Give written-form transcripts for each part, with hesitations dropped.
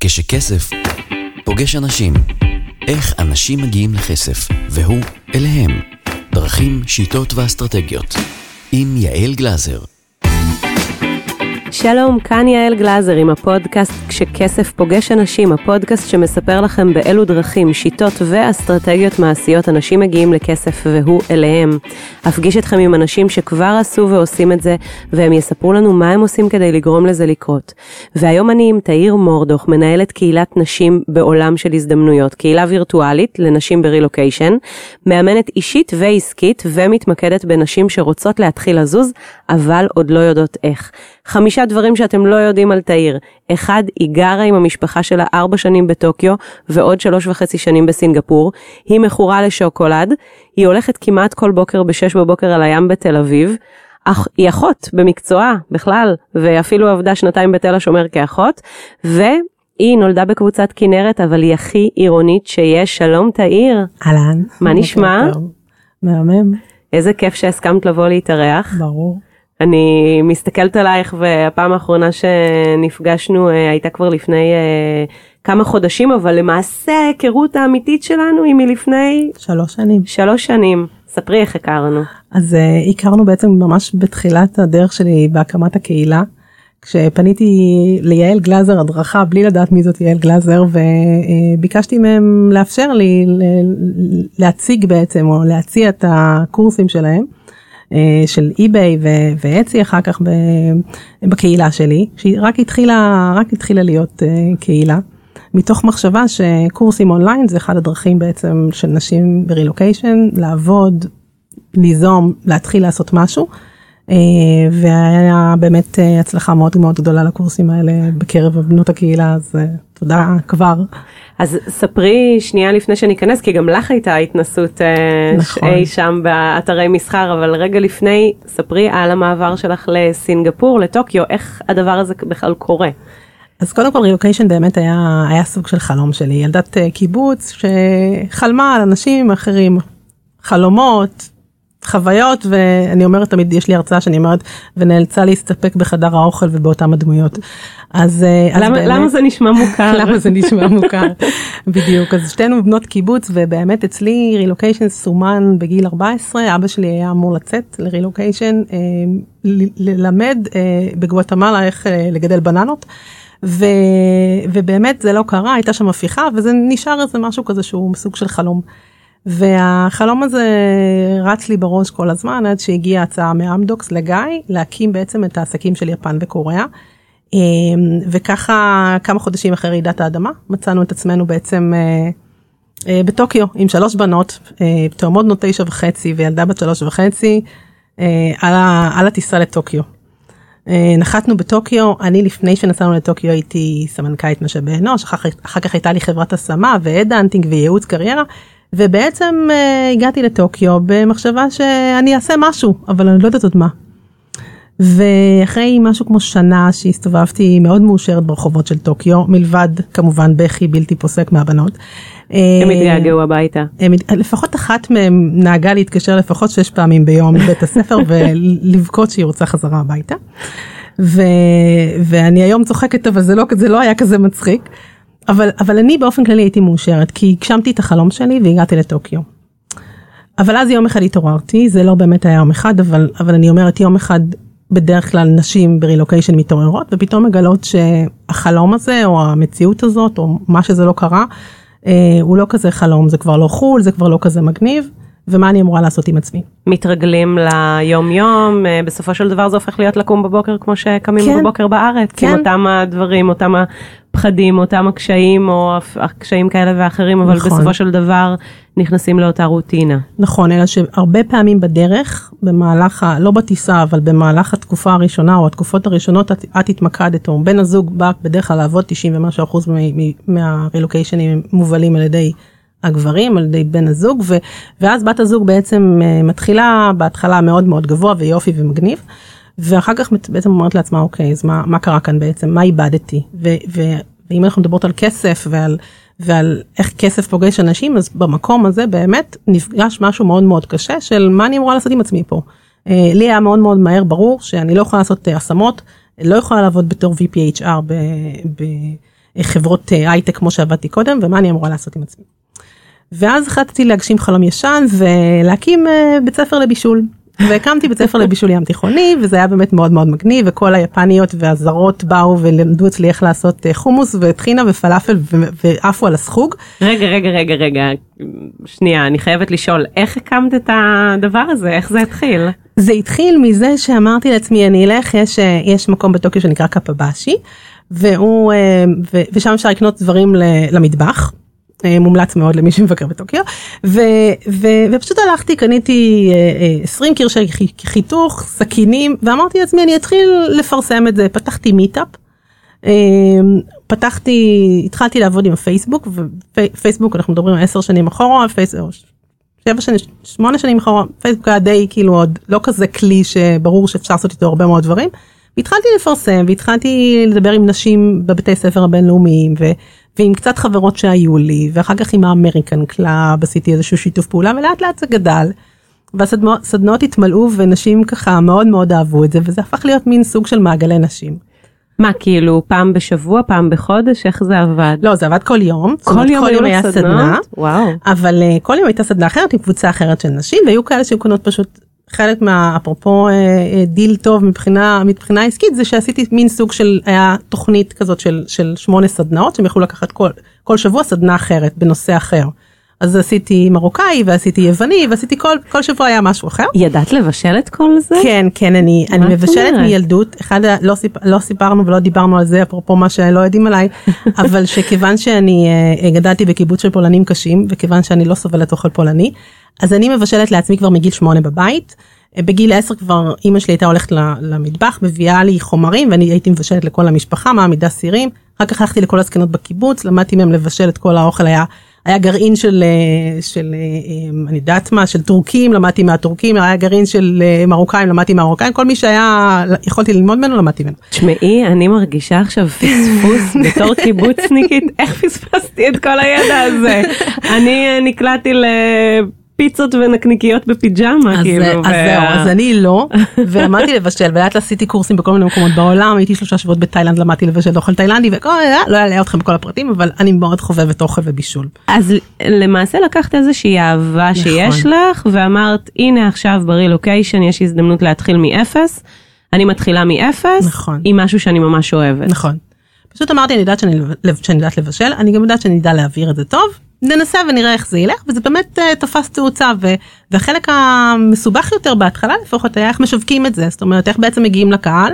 כשכסף פוגש אנשים, איך אנשים מגיעים לכסף, והוא אליהם. דרכים, שיטות ואסטרטגיות. עם יעל גלזר. שלום, כאן יעל גלזר עם הפודקאסט כשכסף פוגש אנשים, הפודקאסט שמספר לכם באילו דרכים, שיטות ואסטרטגיות מעשיות אנשים מגיעים לכסף והוא אליהם. אפגיש אתכם עם אנשים שכבר עשו ועושים את זה, והם יספרו לנו מה הם עושים כדי לגרום לזה לקרות. והיום אני עם תאיר מורדוך, מנהלת קהילת נשים בעולם של הזדמנויות, קהילה וירטואלית לנשים ברילוקיישן, מאמנת אישית ועסקית ומתמקדת בנשים שרוצות להתחיל לזוז, אבל עוד לא יודעות איך. 5 דברים שאתם לא יודעים על תאיר. 1, היא גרה עם המשפחה שלה 4 שנים בטוקיו, ועוד 3.5 שנים בסינגפור. היא מכורה לשוקולד. היא הולכת כמעט כל בוקר ב6 בבוקר על הים בתל אביב. היא אחות במקצועה בכלל, ואפילו עבדה 2 בתל השומר כאחות. והיא נולדה בקבוצת כנרת, אבל היא הכי עירונית שיש. שלום תאיר. אהלן. מה נשמע? מהמם. איזה כיף שהסכמת לבוא להתארח. ברור. אני מסתכלת עלייך, והפעם האחרונה שנפגשנו הייתה כבר לפני כמה חודשים, אבל למעשה ההיכרות האמיתית שלנו היא מלפני 3 שנים. 3 שנים. ספרי איך הכרנו. אז הכרנו בעצם ממש בתחילת הדרך שלי בהקמת הקהילה, כשפניתי ליעל גלזר הדרכה בלי לדעת מי זאת יעל גלזר, וביקשתי מהם לאפשר לי להציג בעצם או להציע את הקורסים שלהם. של eBay ואצי אחר כך בקהילה שלי, שהיא רק התחילה להיות קהילה, מתוך מחשבה שקורסים אונליין זה אחד הדרכים בעצם של נשים ברילוקיישן, לעבוד, ליזום, להתחיל לעשות משהו, והיה באמת הצלחה מאוד מאוד גדולה לקורסים האלה בקרב בנות הקהילה, אז תודה כבר. אז ספרי שנייה לפני שניכנס, כי גם לך הייתה התנסות אי שם באתרי מסחר, אבל רגע לפני, ספרי על המעבר שלך לסינגפור, לטוקיו, איך הדבר הזה בכלל קורה? אז קודם כל רילוקיישן באמת היה סוג של חלום שלי, ילדת קיבוץ שחלמה על אנשים אחרים, חלומות, חוויות, ואני אומרת תמיד, יש לי הרצאה שאני אומרת, ונאלצה להסתפק בחדר האוכל ובאותם הדמויות. אז למה זה נשמע מוכר? למה זה נשמע מוכר? בדיוק, אז שתינו בנות קיבוץ, ובאמת אצלי רילוקיישן סומן בגיל 14, אבא שלי היה אמור לצאת לרילוקיישן, ללמד בגואטמלה איך לגדל בננות, ובאמת זה לא קרה, הייתה שם הפיכה, וזה נשאר איזה משהו כזה שהוא סוג של חלום. והחלום הזה רץ לי בראש כל הזמן, עד שהגיעה הצעה מאמדוקס לגיא, להקים בעצם את העסקים של יפן וקוריאה, וככה כמה חודשים אחרי רעידת האדמה, מצאנו את עצמנו בעצם בטוקיו, עם 3 בנות, תאומות בנות 9.5 וילדה בת 3.5, על הטיסה לטוקיו. נחתנו בטוקיו, אני לפני שנסענו לטוקיו הייתי סמנכ"לית משאבי אנוש, אחר כך הייתה לי חברת השמה והדהנטינג וייעוץ קריירה, ובעצם הגעתי לטוקיו במחשבה שאני אעשה משהו, אבל אני לא יודעת עוד מה. ואחרי משהו כמו שנה שהסתובבתי מאוד מאושרת ברחובות של טוקיו, מלבד כמובן בכי בלתי פוסק מהבנות. הם התגעגעו הביתה. לפחות אחת מהם נהגה להתקשר לפחות 6 פעמים ביום לבית הספר ולבכות שהיא רוצה חזרה הביתה. ואני היום צוחקת, אבל זה לא היה כזה מצחיק. אבל אני באופן כללי הייתי מאושרת, כי הגשמתי את החלום שלי והגעתי לטוקיו. אבל אז יום אחד התעוררתי, זה לא באמת היה יום אחד, אבל אני אומרת יום אחד בדרך כלל נשים ברילוקיישן מתעוררות, ופתאום מגלות שהחלום הזה, או המציאות הזאת, או מה שזה לא קרה, הוא לא כזה חלום, זה כבר לא חול, זה כבר לא כזה מגניב, ומה אני אמורה לעשות עם עצמי? מתרגלים ליום יום, בסופו של דבר זה הופך להיות לקום בבוקר, כמו שקמים בבוקר בארץ, עם אותם הדברים, אותם הפחדים, אותם הקשיים, או הקשיים כאלה ואחרים, אבל בסופו של דבר נכנסים לאותה רוטינה. נכון, אלא שהרבה פעמים בדרך, במהלך, לא בטיסה, אבל במהלך התקופה הראשונה, או התקופות הראשונות, את התמקדת, או בן הזוג בא בדרך כלל לעבוד 90% מהרילוקיישנים מובלים על ידי הגברים, על ידי בן הזוג, ואז בת הזוג בעצם מתחילה בהתחלה מאוד מאוד גבוה ויופי ומגניב, ואחר כך בעצם אומרת לעצמה, אוקיי, אז מה קרה כאן בעצם? מה איבדתי? ואם אנחנו מדברות על כסף ועל איך כסף פוגש אנשים, אז במקום הזה באמת נפגש משהו מאוד מאוד קשה של מה אני אמורה לעשות עם עצמי פה. לי היה מאוד מאוד מהר ברור שאני לא יכולה לעשות השמות, לא יכולה לעבוד בתור VPHR חברות הייטק כמו שעבדתי קודם, ומה אני אמורה לעשות עם עצמי. ואז החלטתי להגשים חלום ישן, ולהקים בית ספר לבישול. והקמתי בית ספר לבישול ים תיכוני, וזה היה באמת מאוד מאוד מגניב, וכל היפניות והזרות באו ולמדו אצלי איך לעשות חומוס וטחינה ופלאפל, ועפו על הסחוג. רגע, שנייה, אני חייבת לשאול, איך הקמת את הדבר הזה? איך זה התחיל? זה התחיל מזה שאמרתי לעצמי, אני אלך, יש מקום בטוקיו שנקרא קפבאשי, ושם אפשר לקנות דברים למטבח, מומלץ מאוד למי שמבקר בטוקיו, ופשוט הלכתי, קניתי 20 קרשי חיתוך, סכינים, ואמרתי לעצמי, אני אתחיל לפרסם את זה, פתחתי מיטאפ, התחלתי לעבוד עם הפייסבוק, ופייסבוק אנחנו מדברים על 10 שנים אחורה, 8 שנים אחורה, פייסבוק היה די כאילו עוד לא כזה כלי שברור שאפשר לעשות איתו הרבה מאוד דברים, והתחלתי לפרסם, והתחלתי לדבר עם נשים בבתי ספר הבינלאומיים, ועם קצת חברות שהיו לי, ואחר כך עם האמריקן קלאב, עשיתי איזשהו שיתוף פעולה, ולאט לאט זה גדל, והסדנאות התמלאו, ונשים ככה מאוד מאוד אהבו את זה, וזה הפך להיות מין סוג של מעגלי נשים. מה, כאילו, פעם בשבוע, פעם בחודש, איך זה עבד? לא, זה עבד כל יום. כל יום היה סדנה. וואו. אבל כל יום הייתה סדנה אחרת, עם קבוצה אחרת של נשים, והיו כאלה שהיו קונות פשוט, חלק אפרופו דיל טוב מבחינה עסקית, זה שעשיתי מין סוג של, היה תוכנית כזאת של 8 סדנאות, שהם יכולו לקחת כל שבוע סדנה אחרת, בנושא אחר. אז עשיתי מרוקאי, ועשיתי יווני, ועשיתי כל שבוע היה משהו אחר. ידעת לבשל את כל זה? כן, אני מבשלת מילדות, לא סיפרנו ולא דיברנו על זה, אפרופו מה שלא יודעים עליי, אבל שכיוון שאני גדלתי בקיבוץ של פולנים קשים, וכיוון שאני לא סובלת אוכל פולני, אז אני מבשלת לעצמי כבר מגיל 8 בבית, בגיל 10 כבר אמא שלי הייתה הולכת למטבח, מביאה לי חומרים, ואני הייתי מבשלת לכל המשפחה, מעמידה סירים, אחר כך הלכתי לכל הזקנות בקיבוץ, למדתי מהם לבשל את כל האוכל, היה גרעין של אני יודעת מה, של טורקים, למדתי מהטורקים, היה גרעין של מרוקאים, למדתי מהמרוקאים, כל מי שהיה, יכולתי ללמוד ממנו, למדתי ממנו. תשמעי, אני מרגישה עכשיו פספוס בתור קיבוצניקית, איך פספסתי את כל הידע הזה? אני נקלעתי פיצות ונקניקיות בפיג'מה, כאילו. אז אני לא, ועמדתי לבשל, ולאט עשיתי קורסים בכל מיני מקומות בעולם, הייתי 3 שבועות בתאילנד, למדתי לבשל אוכל תאילנדי, לא אעלה אתכם בכל הפרטים, אבל אני מאוד חובבת אוכל ובישול. אז למעשה לקחת איזושהי אהבה שיש לך, ואמרת, הנה עכשיו ברילוקיישן, יש הזדמנות להתחיל מאפס, אני מתחילה מאפס, עם משהו שאני ממש אוהבת. נכון. פשוט אמרתי, אני יודעת שאני יודעת לבשל, אני גם יודעת שאני יודע להעביר את זה טוב, ננסה ונראה איך זה ילך, וזה באמת תפס תאוצה, והחלק המסובך יותר בהתחלה לפחות היה איך משווקים את זה, זאת אומרת איך בעצם מגיעים לקהל,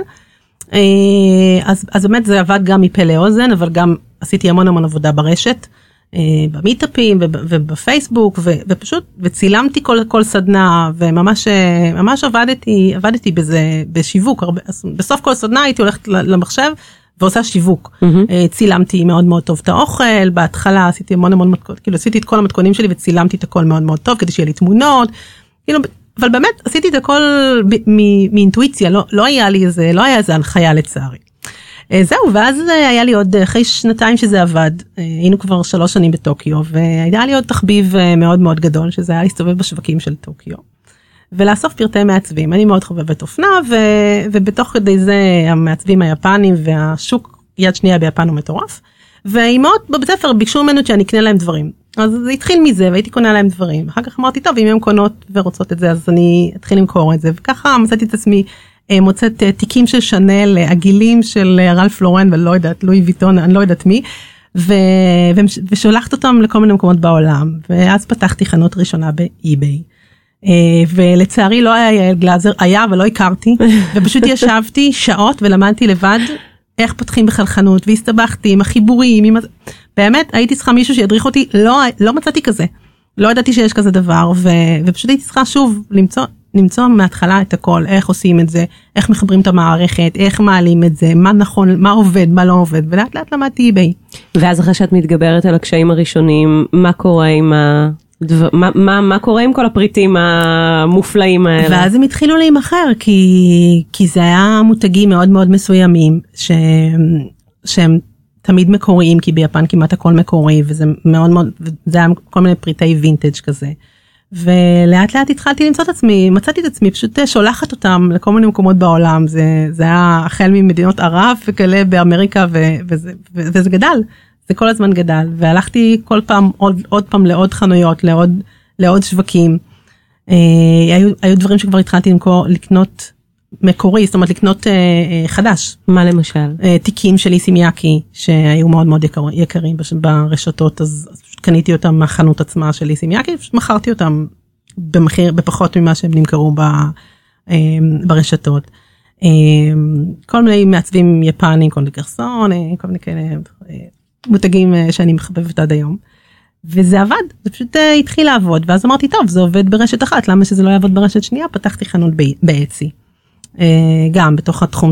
אז באמת זה עבד גם מפה לאוזן, אבל גם עשיתי המון עבודה ברשת, במיטאפים ובפייסבוק, ופשוט, וצילמתי כל סדנה, וממש עבדתי בזה בשיווק, בסוף כל סדנה הייתי הולכת למחשב, ועושה שיווק. צילמתי מאוד מאוד טוב את האוכל, בהתחלה עשיתי המון מתכונים, כאילו עשיתי את כל המתכונים שלי וצילמתי את הכל מאוד מאוד טוב, כדי שיהיה לי תמונות, כאילו, אבל באמת עשיתי את הכל מאינטואיציה, לא היה איזה הנחיה לצערי. זהו, ואז היה לי עוד, אחרי 2 שזה עבד, היינו כבר 3 שנים בטוקיו, והיה לי עוד תחביב מאוד מאוד גדול, שזה היה להסתובב בשווקים של טוקיו. ולאסוף פרטי מעצבים. אני מאוד חובבת אופנה, ובתוך כדי זה המעצבים היפנים והשוק יד שנייה ביפן הוא מטורף. ואימהות בבית ספר ביקשו ממנו שאני אקנה להם דברים. אז זה התחיל מזה והייתי קונה להם דברים. אחר כך אמרתי, טוב, אם הם קונות ורוצות את זה, אז אני אתחיל למכור את זה. וככה מצאתי את עצמי, מוצאת תיקים של שנל, עגילים של רלף לורן, ולא יודעת, לואי ויטון, אני לא יודעת מי. ושולחת אותם לכל מיני מקומות בעולם. ואז פתחתי חנות ראשונה באי-ביי. ולצערי לא היה יעל גלאזר, היה אבל לא הכרתי, ופשוט ישבתי שעות ולמדתי לבד איך פותחים בכלל חנות, והסתבכתי עם החיבורים, באמת הייתי צריכה מישהו שידריך אותי, לא מצאתי כזה, לא ידעתי שיש כזה דבר, ופשוט הייתי צריכה שוב למצוא מההתחלה את הכל, איך עושים את זה, איך מחברים את המערכת, איך מעלים את זה, מה נכון, מה עובד, מה לא עובד, ולאט לאט למדתי אי-ביי. ואז אחרי שאת מתגברת על הקשיים הראשונים, מה קורה עם מה קורה עם כל הפריטים המופלאים האלה? ואז הם התחילו להימחר, כי זה היה מותגים מאוד מאוד מסוימים, שהם תמיד מקוריים, כי ביפן כמעט הכל מקורי, וזה מאוד מאוד, זה היה כל מיני פריטי וינטג' כזה. ולאט לאט התחלתי למצוא את עצמי, מצאתי את עצמי, פשוט שולחת אותם לכל מיני מקומות בעולם, זה היה החל ממדינות ערב וכאלה באמריקה, וזה גדל, זה כל הזמן גדל, והלכתי כל פעם עוד פעם לעוד חנויות, לעוד שווקים, היו דברים שכבר התחלתי לקנות מקורי, זאת אומרת לקנות חדש. מה למשל? תיקים של איסימיאקי, שהיו מאוד מאוד יקרים ברשתות, אז קניתי אותם מהחנות עצמה של איסימיאקי, מכרתי אותם במחיר, בפחות ממה שהם נמכרו ברשתות. כל מיני מעצבים יפנים, כל מיני גרסון, כל מיני כאלה מותגים שאני מחבבת עד היום. וזה עבד, זה פשוט התחיל לעבוד, ואז אמרתי, טוב, זה עובד ברשת אחת, למה שזה לא יעבוד ברשת שנייה? פתחתי חנות באצי. גם בתוך התחום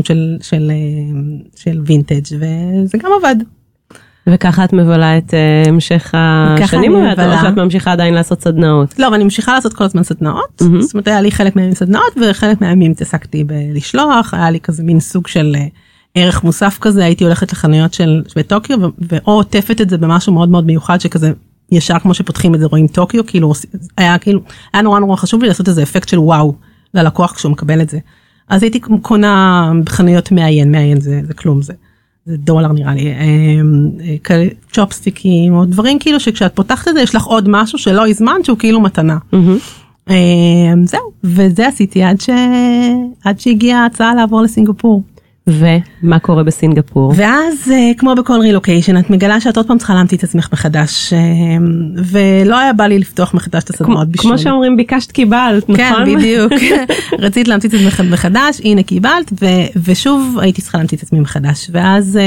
של וינטג' וזה גם עבד. וככה את מבלה את המשך השנים, או שאת ממשיכה עדיין לעשות סדנאות? לא, אבל אני ממשיכה לעשות כל הזמן סדנאות, זאת אומרת, היה לי חלק מהימים סדנאות, וחלק מהימים התעסקתי בלשלוח, היה לי כזה מין סוג של ערך מוסף כזה, הייתי הולכת לחנויות בטוקיו, או עוטפת את זה במשהו מאוד מאוד מיוחד, שכזה ישר כמו שפותחים את זה, רואים טוקיו, כאילו, היה נורא נורא חשוב לי לעשות איזה אפקט של וואו, ללקוח כשהוא מקבל את זה. אז הייתי קונה בחנויות מעיין זה כלום, זה דולר נראה לי, צ'ופסטיקים או דברים כאילו שכשאת פותחת את זה יש לך עוד משהו שלא הזמן שהוא כאילו מתנה. זהו, וזה עשיתי עד שהגיעה ההצעה לעבור לסינגפור. ומה קורה בסינגפור? ואז כמו בכל רילוקיישן את מגלה שאת עוד פעם צריכה להמציא את עצמך מחדש, ולא היה בא לי לפתוח מחדש את הסדנאות בשביל. כמו שאומרים ביקשת קיבלת, נכון? כן, בדיוק. רצית להמציא את עצמך מחדש, הנה קיבלת, ושוב הייתי צריכה להמציא את עצמי מחדש. ואז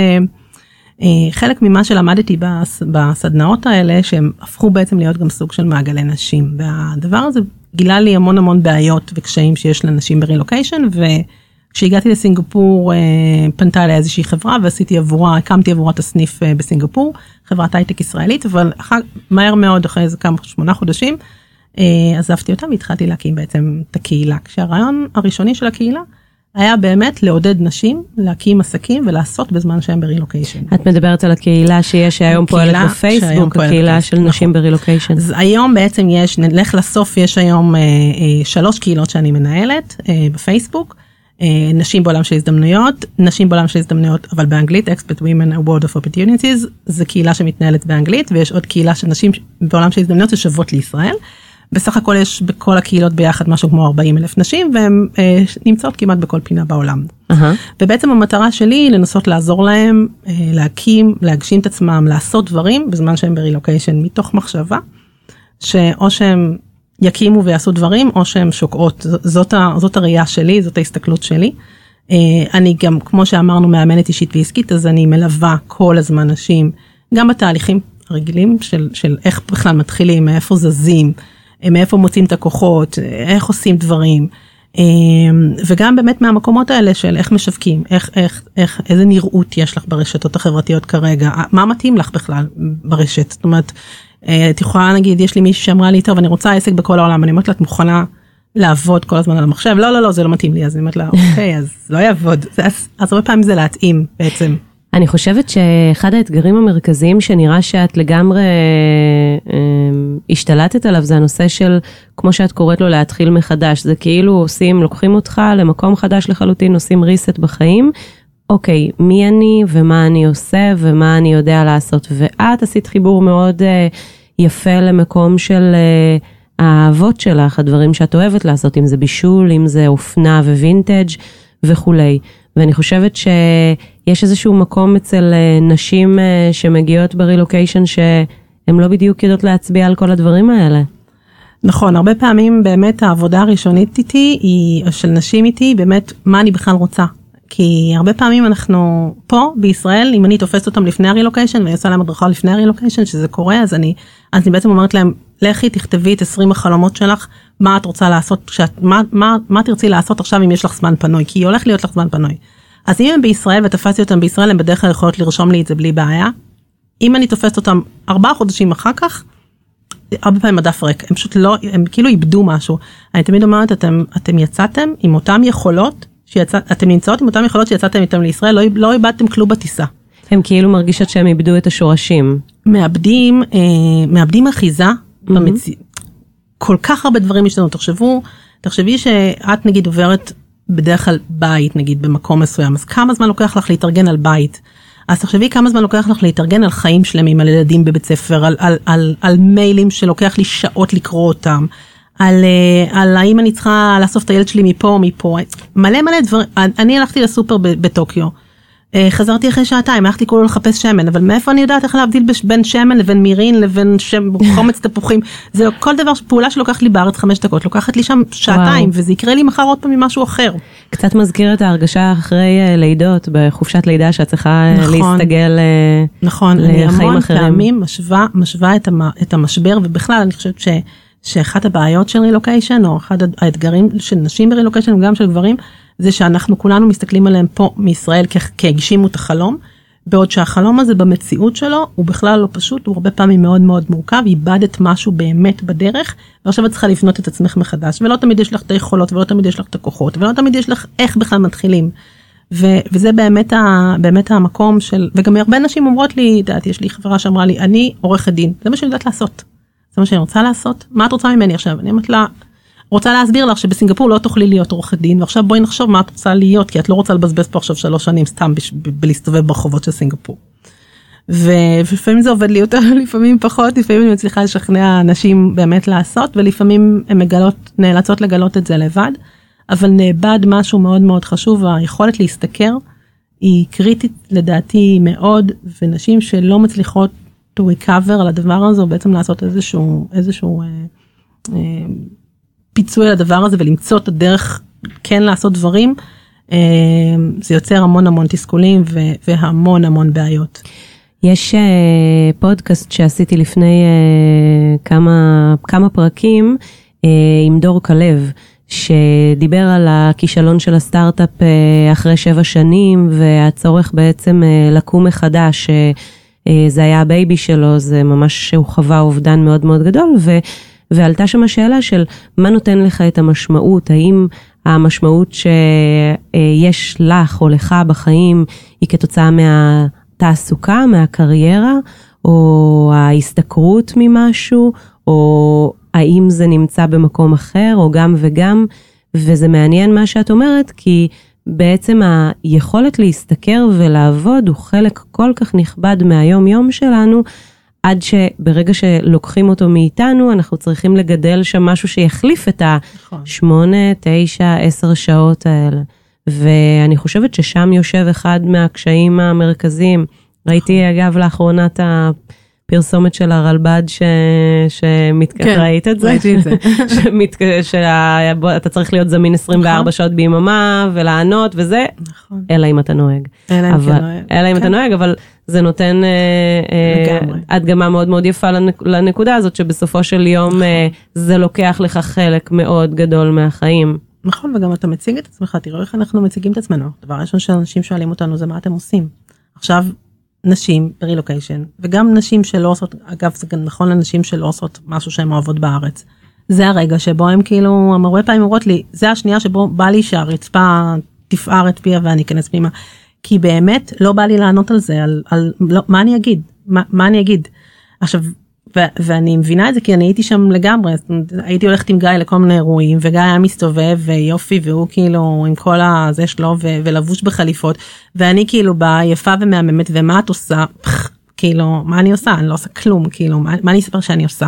חלק ממה שלמדתי בסדנאות האלה, שהם הפכו בעצם להיות גם סוג של מעגלי נשים, והדבר הזה גילה לי המון המון בעיות וקשיים שיש לנשים ברילוקיישן, כשהגעתי לסינגפור, פנתה אליי איזושהי חברה, הקמתי עבורה את הסניף בסינגפור, חברת הייטק ישראלית, אבל מהר מאוד, אחרי איזה 8 חודשים, עזבתי אותה והתחלתי להקים בעצם את הקהילה. כשהרעיון הראשוני של הקהילה, היה באמת לעודד נשים, להקים עסקים ולעשות בזמן שהם ברילוקיישן. את מדברת על הקהילה שיש היום פועלת בפייסבוק, הקהילה של נשים ברילוקיישן. אז היום בעצם נלך לסוף, יש היום 3 קהילות שאני מנהלת בפייסבוק, נשים בעולם של הזדמנויות, נשים בעולם של הזדמנויות, אבל באנגלית, Expert Women Award of Opportunities, זו קהילה שמתנהלת באנגלית, ויש עוד קהילה של נשים בעולם של הזדמנויות ששוות לישראל. בסך הכל יש בכל הקהילות ביחד משהו כמו 40,000 נשים, והן נמצאות כמעט בכל פינה בעולם. ובעצם המטרה שלי היא לנסות לעזור להם, להגשים את עצמם, לעשות דברים, בזמן שהם ברילוקיישן, מתוך מחשבה, שאו שהם יקימו ויעשו דברים, או שהן שוקעות. זאת הראייה שלי, זאת ההסתכלות שלי. אני גם, כמו שאמרנו, מאמנת אישית ועסקית, אז אני מלווה כל הזמן נשים, גם בתהליכים הרגילים של איך בכלל מתחילים, מאיפה זזים, מאיפה מוצאים את הכוחות, איך עושים דברים, וגם באמת מהמקומות האלה של איך משווקים, איזה נראות יש לך ברשתות החברתיות כרגע, מה מתאים לך בכלל ברשת, זאת אומרת, את יכולה להגיד, יש לי מישהו שאמרה לי, טוב, אני רוצה עסק בכל העולם, אני אומרת לה, את מוכנה לעבוד כל הזמן על המחשב? לא, זה לא מתאים לי, אז אני אומרת לה, אוקיי, אז לא יעבוד. אז הרבה פעמים זה להתאים בעצם. אני חושבת שאחד האתגרים המרכזיים שנראה שאת לגמרי השתלטת עליו, זה הנושא של, כמו שאת קוראת לו, להתחיל מחדש. זה כאילו לוקחים אותך למקום חדש לחלוטין, עושים ריסט בחיים, אוקיי, מי אני ומה אני עושה ומה אני יודע לעשות. ואת עשית חיבור מאוד יפה למקום של האהבות שלך, הדברים שאת אוהבת לעשות, אם זה בישול, אם זה אופנה ווינטג' וכולי. ואני חושבת שיש איזשהו מקום אצל נשים שמגיעות ברילוקיישן שהן לא בדיוק יודעות להצביע על כל הדברים האלה. נכון, הרבה פעמים באמת העבודה הראשונית איתי, של נשים איתי, באמת מה אני בכלל רוצה. כי הרבה פעמים אנחנו פה בישראל, אם אני תופסת אותם לפני הרילוקיישן, ואני עושה להם הדרכה לפני הרילוקיישן, שזה קורה, אז אני בעצם אומרת להם, לכי תכתבי את 20 החלומות שלך, מה את רוצה לעשות, מה תרצי לעשות עכשיו אם יש לך זמן פנוי, כי הולך להיות לך זמן פנוי. אז אם הם בישראל ותפסתי אותם בישראל, הם בדרך כלל יכולות לרשום לי את זה בלי בעיה. אם אני תופסת אותם 4 חודשים אחר כך, הרבה פעמים הדף ריק, הם פשוט לא, הם כאילו איבדו משהו. אני תמיד אומרת, אתם יצאתם עם אותם יכולות, אתם נמצאות עם אותם יכולות שיצאתם איתם לישראל, לא איבדתם כלום בטיסה. הם כאילו מרגישות שהם איבדו את השורשים. מאבדים אחיזה במציאות. כל כך הרבה דברים השתנו. תחשבי שאת נגיד עוברת בדרך כלל בית, נגיד במקום מסוים, אז כמה זמן לוקח לך להתארגן על בית? אז תחשבי כמה זמן לוקח לך להתארגן על חיים שלמים, על ילדים בבית ספר, על מיילים שלוקח לי שעות לקרוא אותם, על האם אני צריכה לאסוף את הילד שלי מפה או מפה, מלא דברים. אני הלכתי לסופר בטוקיו, חזרתי אחרי שעתיים, הלכתי כולו לחפש שמן, אבל מאיפה אני יודעת איך להבדיל בין שמן לבין מירין לבין חומץ תפוחים? זה כל דבר, פעולה שלוקחת לי בארץ 5 דקות, לוקחת לי שם שעתיים, וזה יקרה לי מחר עוד פעם ממשהו אחר. קצת מזכיר את ההרגשה אחרי לידות, בחופשת לידה שאת צריכה להסתגל נכון, אני המון פעמים משווה את המשבר, ובכלל אני חושבת שאחת הבעיות של רילוקיישן, או אחד האתגרים של נשים ברילוקיישן, וגם של גברים, זה שאנחנו כולנו מסתכלים עליהם פה מישראל כהגשימו את החלום, בעוד שהחלום הזה במציאות שלו הוא בכלל לא פשוט, הוא הרבה פעמים מאוד מאוד מורכב, איבדת משהו באמת בדרך, ועכשיו את צריכה לבנות את עצמך מחדש, ולא תמיד יש לך את היכולות, ולא תמיד יש לך את הכוחות, ולא תמיד יש לך איך בכלל מתחילים. וזה באמת המקום של, וגם הרבה נשים אומרות לי, יש לי חברה שאמרה לי, אני עורכת דין, זה מה שאני יודעת לעשות. זה מה שאני רוצה לעשות. מה את רוצה ממני עכשיו? אני אומרת לה, רוצה להסביר לך שבסינגפור לא תוכלי להיות עורכת דין, ועכשיו בואי נחשוב מה את רוצה להיות, כי את לא רוצה לבזבז פה עכשיו 3 שנים סתם בלהסתובב ברחובות של סינגפור. ולפעמים זה עובד לי יותר, לפעמים פחות, לפעמים אני מצליחה לשכנע אנשים באמת לעשות, ולפעמים הן נאלצות לגלות את זה לבד, אבל נאבד משהו מאוד מאוד חשוב, והיכולת להסתכר היא קריטית לדעתי מאוד, ונשים שלא מצליחות to recover על הדבר הזה, או בעצם לעשות איזשהו פיצוי על הדבר הזה, ולמצוא את הדרך כן לעשות דברים, זה יוצר המון תסכולים, והמון בעיות. יש פודקאסט שעשיתי לפני כמה פרקים, עם דור כלב, שדיבר על הכישלון של הסטארט-אפ אחרי 7 שנים, והצורך בעצם לקום מחדש, זה היה הבייבי שלו, זה ממש הוא חווה אובדן מאוד מאוד גדול, ועלתה שם השאלה של מה נותן לך את המשמעות, האם המשמעות שיש לך או לך בחיים היא כתוצאה מהתעסוקה, מהקריירה, או ההסתכרות ממשהו, או האם זה נמצא במקום אחר, או גם וגם, וזה מעניין מה שאת אומרת, כי בעצם היכולת להסתכר ולעבוד הוא חלק כל כך נכבד מהיום יום שלנו, עד שברגע שלוקחים אותו מאיתנו, אנחנו צריכים לגדל שם משהו שיחליף את 8, 9, 10 שעות האלה. ואני חושבת ששם יושב אחד מהקשיים המרכזיים. ראיתי אגב לאחרונת הפרסומת של הרלב"ד ראית את זה? ראיתי את זה. שאתה צריך להיות זמין 24 שעות ביממה ולענות וזה, אלא אם אתה נוהג. אלא אם אתה נוהג, אבל זה נותן הדגמה מאוד מאוד יפה לנקודה הזאת, שבסופו של יום זה לוקח לך חלק מאוד גדול מהחיים. נכון, וגם אתה מציג את עצמך, תראו איך אנחנו מציגים את עצמנו. דבר ראשון שאנשים שואלים אותנו זה מה אתם עושים. עכשיו, נשים ברילוקיישן, וגם נשים שלא עושות, אגב זה גם נכון לנשים שלא עושות משהו שהן אוהבות בארץ. זה הרגע שבו הם כאילו, הרבה פעמים אומרות לי, זה השנייה שבו בא לי שהרצפה תפער את פיה ואני אכנס פנימה. כי באמת לא בא לי לענות על זה, לא, מה אני אגיד? מה אני אגיד? עכשיו, ואני מבינה את זה כי אני הייתי שם לגמרי, הייתי הולכת עם גיא לכל מיני אירועים, וגיא היה מסתובב ויופי, והוא כאילו עם כל הזה שלו, ולבוש בחליפות, ואני כאילו באה יפה ומהממת, ומה את עושה? כאילו, מה אני עושה? אני לא עושה כלום, כאילו, מה אני אספר שאני עושה?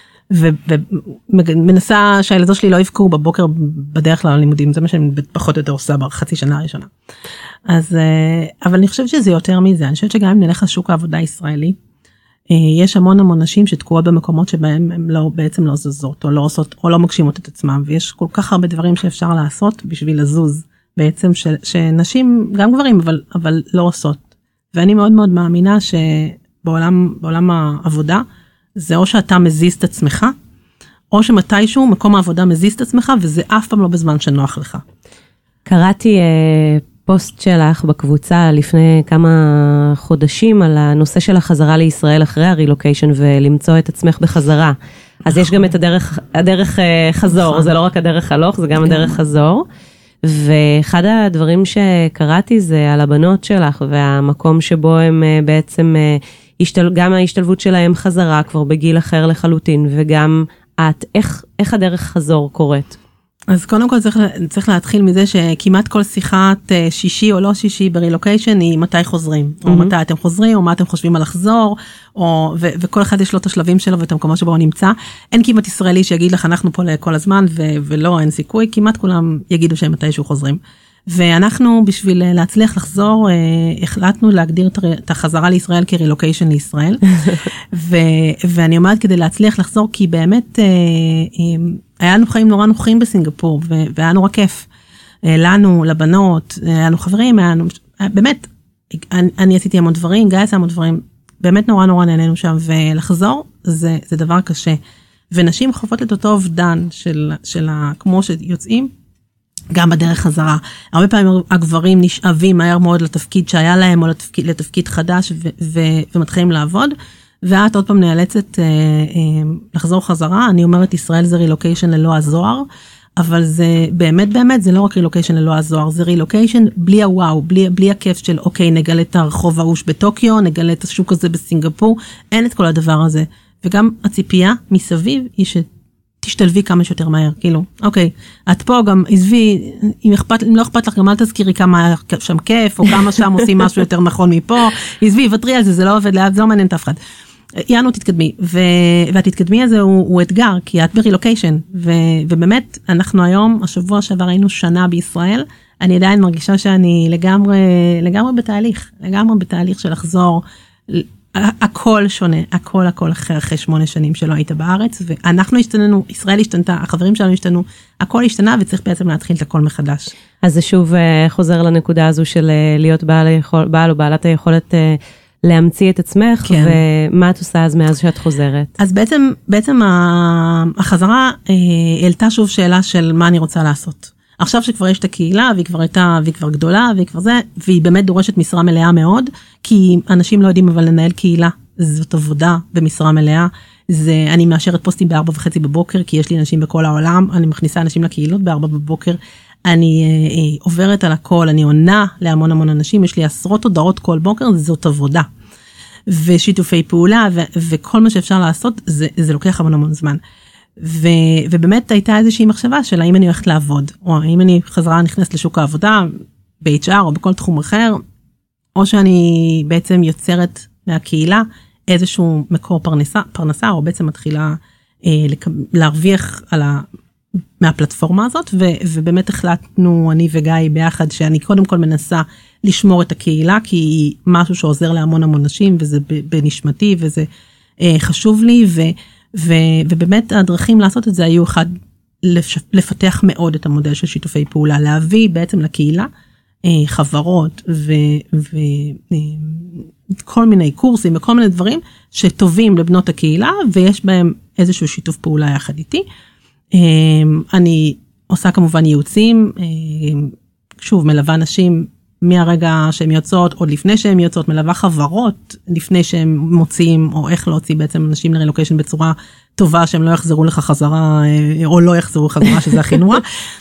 ומנסה שהילדות שלי לא יבקעו בבוקר בדרך כלל לימודים, זה מה שאני פחות או יותר עושה בחצי שנה הראשונה. אז, אבל אני חושבת שזה יותר מזה, אני חושבת שגם אם נלך לשוק העבודה הישראלי, יש המון נשים שתקועות במקומות שבהם הן בעצם לא זזות, או לא עושות, או לא מגשימות את עצמם, ויש כל כך הרבה דברים שאפשר לעשות בשביל לזוז, בעצם שנשים, גם גברים, אבל לא עושות. ואני מאוד מאוד מאמינה שבעולם העבודה, זה או שאתה מזיז את עצמך, או שמתישהו מקום העבודה מזיז את עצמך, וזה אף פעם לא בזמן שנוח לך. קראתי פוסט שלך בקבוצה לפני כמה חודשים על הנושא של החזרה לישראל אחרי הרילוקיישן ולמצוא את עצמך בחזרה. אז יש גם את הדרך חזור, זה לא רק הדרך הלוך, זה גם הדרך חזור. ואחד הדברים שקראתי זה על הבנות שלך והמקום שבו הם בעצם, גם ההשתלבות שלהם חזרה כבר בגיל אחר לחלוטין, וגם איך הדרך חזור קורית? אז קודם כל צריך להתחיל מזה שכמעט כל שיחת שישי או לא שישי ברילוקיישן היא מתי חוזרים, או מתי אתם חוזרים, או מה אתם חושבים על לחזור, וכל אחד יש לו את השלבים שלו ואת המקומות שבו הוא נמצא. אין כמעט ישראלי שיגיד לך אנחנו פה לכל הזמן, ולא, אין סיכוי, כמעט כולם יגידו שהם מתישהו חוזרים. ואנחנו בשביל להצליח לחזור, החלטנו להגדיר את החזרה לישראל כרילוקיישן לישראל, ואני אומרת כדי להצליח לחזור, כי באמת היה לנו חיים נורא נוחים בסינגפור, והיה נורא כיף. לנו, לבנות, היה לנו חברים, באמת, אני עשיתי המון דברים, גיא עשה המון דברים, באמת נורא נורא נהנינו שם, ולחזור זה דבר קשה. ונשים חוות את אותו אובדן של כמו שיוצאים, גם בדרך חזרה. הרבה פעמים הגברים נשאבים מהר מאוד לתפקיד שהיה להם, או לתפקיד חדש, ומתחילים לעבוד, ואת עוד פעם נאלצת לחזור חזרה. אני אומרת, ישראל זה רילוקיישן ללא הזוהר, אבל זה באמת, זה לא רק רילוקיישן ללא הזוהר, זה רילוקיישן בלי הוואו, בלי הכיף של, אוקיי, נגלה את הרחוב האוש בטוקיו, נגלה את השוק הזה בסינגפור, אין את כל הדבר הזה. וגם הציפייה מסביב היא תשתלבי כמה שיותר מהר, כאילו, אוקיי, את פה גם, עזבי, אם לא אכפת לך, גם אל תזכירי כמה שם כיף, או כמה שם עושים משהו יותר נכון מפה, עזבי, ותרי על זה, זה לא עובד לאט, זה לא מעניין את אף אחד. יענו, תתקדמי, והתתקדמי הזה הוא אתגר, כי את ברילוקיישן, ובאמת, אנחנו היום, השבוע שעבר היינו שנה בישראל, אני עדיין מרגישה שאני לגמרי בתהליך של לחזור, הכל שונה, הכל אחרי 8 שנים שלא היית בארץ, ואנחנו השתננו, ישראל השתנתה, החברים שלנו השתנו, הכל השתנה וצריך בעצם להתחיל את הכל מחדש. אז זה שוב חוזר לנקודה הזו של להיות בעל או בעלת היכולת להמציא את עצמך, כן. ומה את עושה אז מאז שאת חוזרת? אז בעצם החזרה העלתה שוב שאלה של מה אני רוצה לעשות. עכשיו שכבר יש את הקהילה, והיא כבר גדולה, והיא באמת דורשת משרה מלאה מאוד, כי אנשים לא יודעים אבל לנהל קהילה, זאת עבודה במשרה מלאה, אני מאשרת פוסטים ב4:30 בבוקר, כי יש לי אנשים בכל העולם, אני מכניסה אנשים לקהילות ב4 בבוקר, אני עוברת על הכל, אני עונה להמון אנשים, יש לי עשרות הודעות כל בוקר, זאת עבודה, ושיתופי פעולה, וכל מה שאפשר לעשות, זה לוקח המון זמן. ובאמת הייתה איזושהי מחשבה של האם אני הולכת לעבוד, או האם אני חזרה נכנסת לשוק העבודה, ב-HR או בכל תחום אחר, או שאני בעצם יוצרת מהקהילה איזשהו מקור פרנסה, או בעצם מתחילה להרוויח מהפלטפורמה הזאת, ובאמת החלטנו אני וגיא ביחד, שאני קודם כל מנסה לשמור את הקהילה, כי היא משהו שעוזר להמון נשים, וזה בנשמתי, וזה חשוב לי, ובאמת הדרכים לעשות את זה היו אחד, לפתח מאוד את המודל של שיתופי פעולה, להביא בעצם לקהילה, חברות וכל מיני קורסים וכל מיני דברים שטובים לבנות הקהילה, ויש בהם איזשהו שיתוף פעולה יחד איתי. אני עושה כמובן ייעוצים, שוב מלווה נשים מהרגע שהן יוצאות, עוד לפני שהן יוצאות, מלווה חברות לפני שהן מוציאים, או איך להוציא בעצם אנשים לרילוקיישן בצורה טובה, שהם לא יחזרו לך חזרה, או לא יחזרו חזרה, שזה הכי נורא.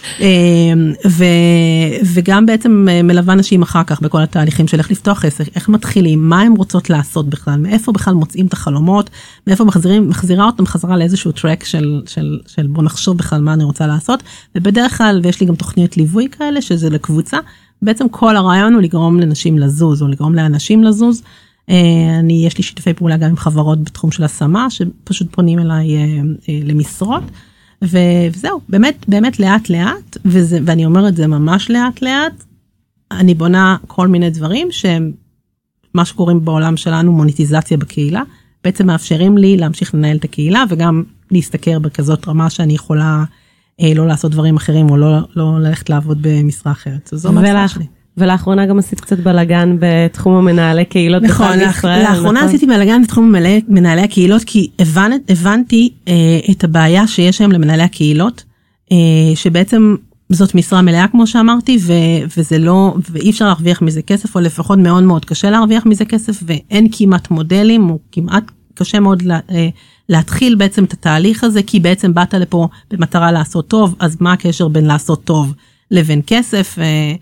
וגם בעצם מלווה נשים אחר כך, בכל התהליכים של איך לפתוח עסק, איך מתחילים, מה הן רוצות לעשות בכלל, מאיפה בכלל מוצאים את החלומות, מאיפה מחזירה אותם חזרה לאיזשהו טרק של בוא נחשוב בכלל מה אני רוצה לעשות, ובדרך כלל, ויש לי גם תוכניות ליווי כאלה, שזה לקבוצה, בעצם כל הרעיון הוא לגרום לנשים לזוז, או לגרום לאנשים לזוז. יש לי שיתופי פעולה גם עם חברות בתחום של השמה, שפשוט פונים אליי למשרות, וזהו, באמת לאט לאט, ואני אומרת זה ממש לאט לאט, אני בונה כל מיני דברים, שהם מה שקוראים בעולם שלנו מוניטיזציה בקהילה, בעצם מאפשרים לי להמשיך לנהל את הקהילה, וגם להסתכר בכזאת רמה שאני יכולה לא לעשות דברים אחרים, או לא ללכת לעבוד במשרה אחרת. זו מצלה שלי. ולאחרונה גם עשית קצת בלגן בתחום המנהלי קהילות. נכון, לאחרונה עשיתי בלגן בתחום מנהלי הקהילות, כי הבנתי את הבעיה שיש היום למנהלי הקהילות, שבעצם זאת משרה מלאה כמו שאמרתי, וזה לא, ואי אפשר להרוויח מזה כסף, או לפחות מאוד מאוד קשה להרוויח מזה כסף, ואין כמעט מודלים, או כמעט קשה מאוד להתחיל בעצם את התהליך הזה, כי בעצם באת לפה במטרה לעשות טוב, אז מה הקשר בין לעשות טוב לבין כסף?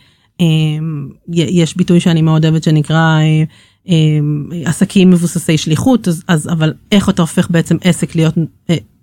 יש ביטוי שאני מאוד אוהבת שנקרא עסקים מבוססי שליחות, אבל איך אתה הופך בעצם עסק להיות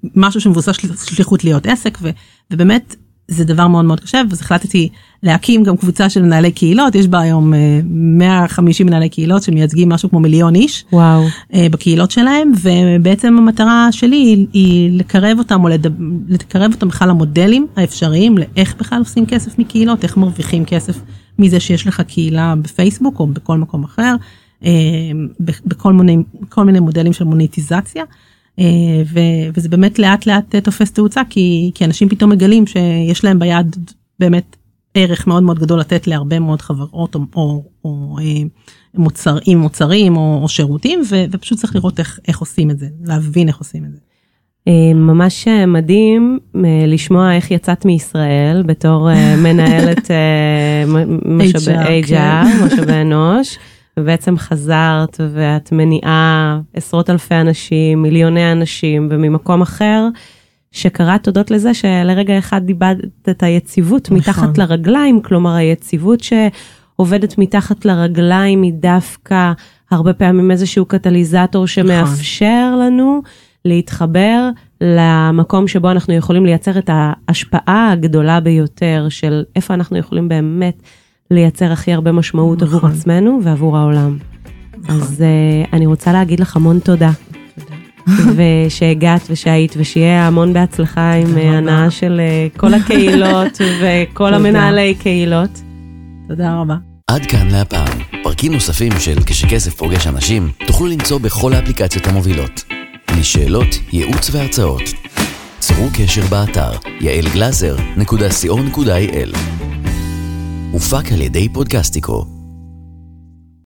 משהו שמבוסס שליחות להיות עסק, ובאמת זה דבר מאוד מאוד קשה, אז החלטתי להקים גם קבוצה של מנהלי קהילות, יש בה היום 150 מנהלי קהילות שמייצגים משהו כמו 1,000,000 איש, וואו. בקהילות שלהם, ובעצם המטרה שלי היא לקרב אותם, או לקרב אותם בכלל למודלים האפשריים, לאיך בכלל עושים כסף מקהילות, איך מרוויחים כסף מזה שיש לך קהילה בפייסבוק, או בכל מקום אחר, בכל מיני מודלים של מוניטיזציה, וזה באמת לאט לאט תופס תאוצה, כי אנשים פתאום מגלים שיש להם ביד באמת ערך מאוד מאוד גדול לתת להרבה מאוד חברות או מוצרים או שירותים, ופשוט צריך לראות איך עושים את זה, להבין איך עושים את זה. ממש מדהים לשמוע איך יצאת מישראל בתור מנהלת משאבי HR, משאבי אנוש, ובעצם חזרת ואת מניעה עשרות אלפי אנשים, מיליוני אנשים, וממקום אחר שקרה תודות לזה שלרגע אחד איבדת את היציבות מתחת לרגליים, כלומר היציבות שעובדת מתחת לרגליים היא דווקא הרבה פעמים איזשהו קטליזטור שמאפשר לנו להתחבר למקום שבו אנחנו יכולים לייצר את ההשפעה הגדולה ביותר של איפה אנחנו יכולים באמת לייצר הכי הרבה משמעות עבור עצמנו ועבור העולם. אז אני רוצה להגיד לך המון תודה. ושהגעת ושהיית, ושיהיה המון בהצלחה עם הנאה של כל הקהילות וכל המנהלי קהילות. תודה רבה. עד כאן להפעם. פרקים נוספים של כשכסף פוגש אנשים תוכלו למצוא בכל האפליקציות המובילות. לשאלות, ייעוץ והרצאות. צרו קשר באתר yaelglazer.co.il. הופק על ידי פודקאסטיקו.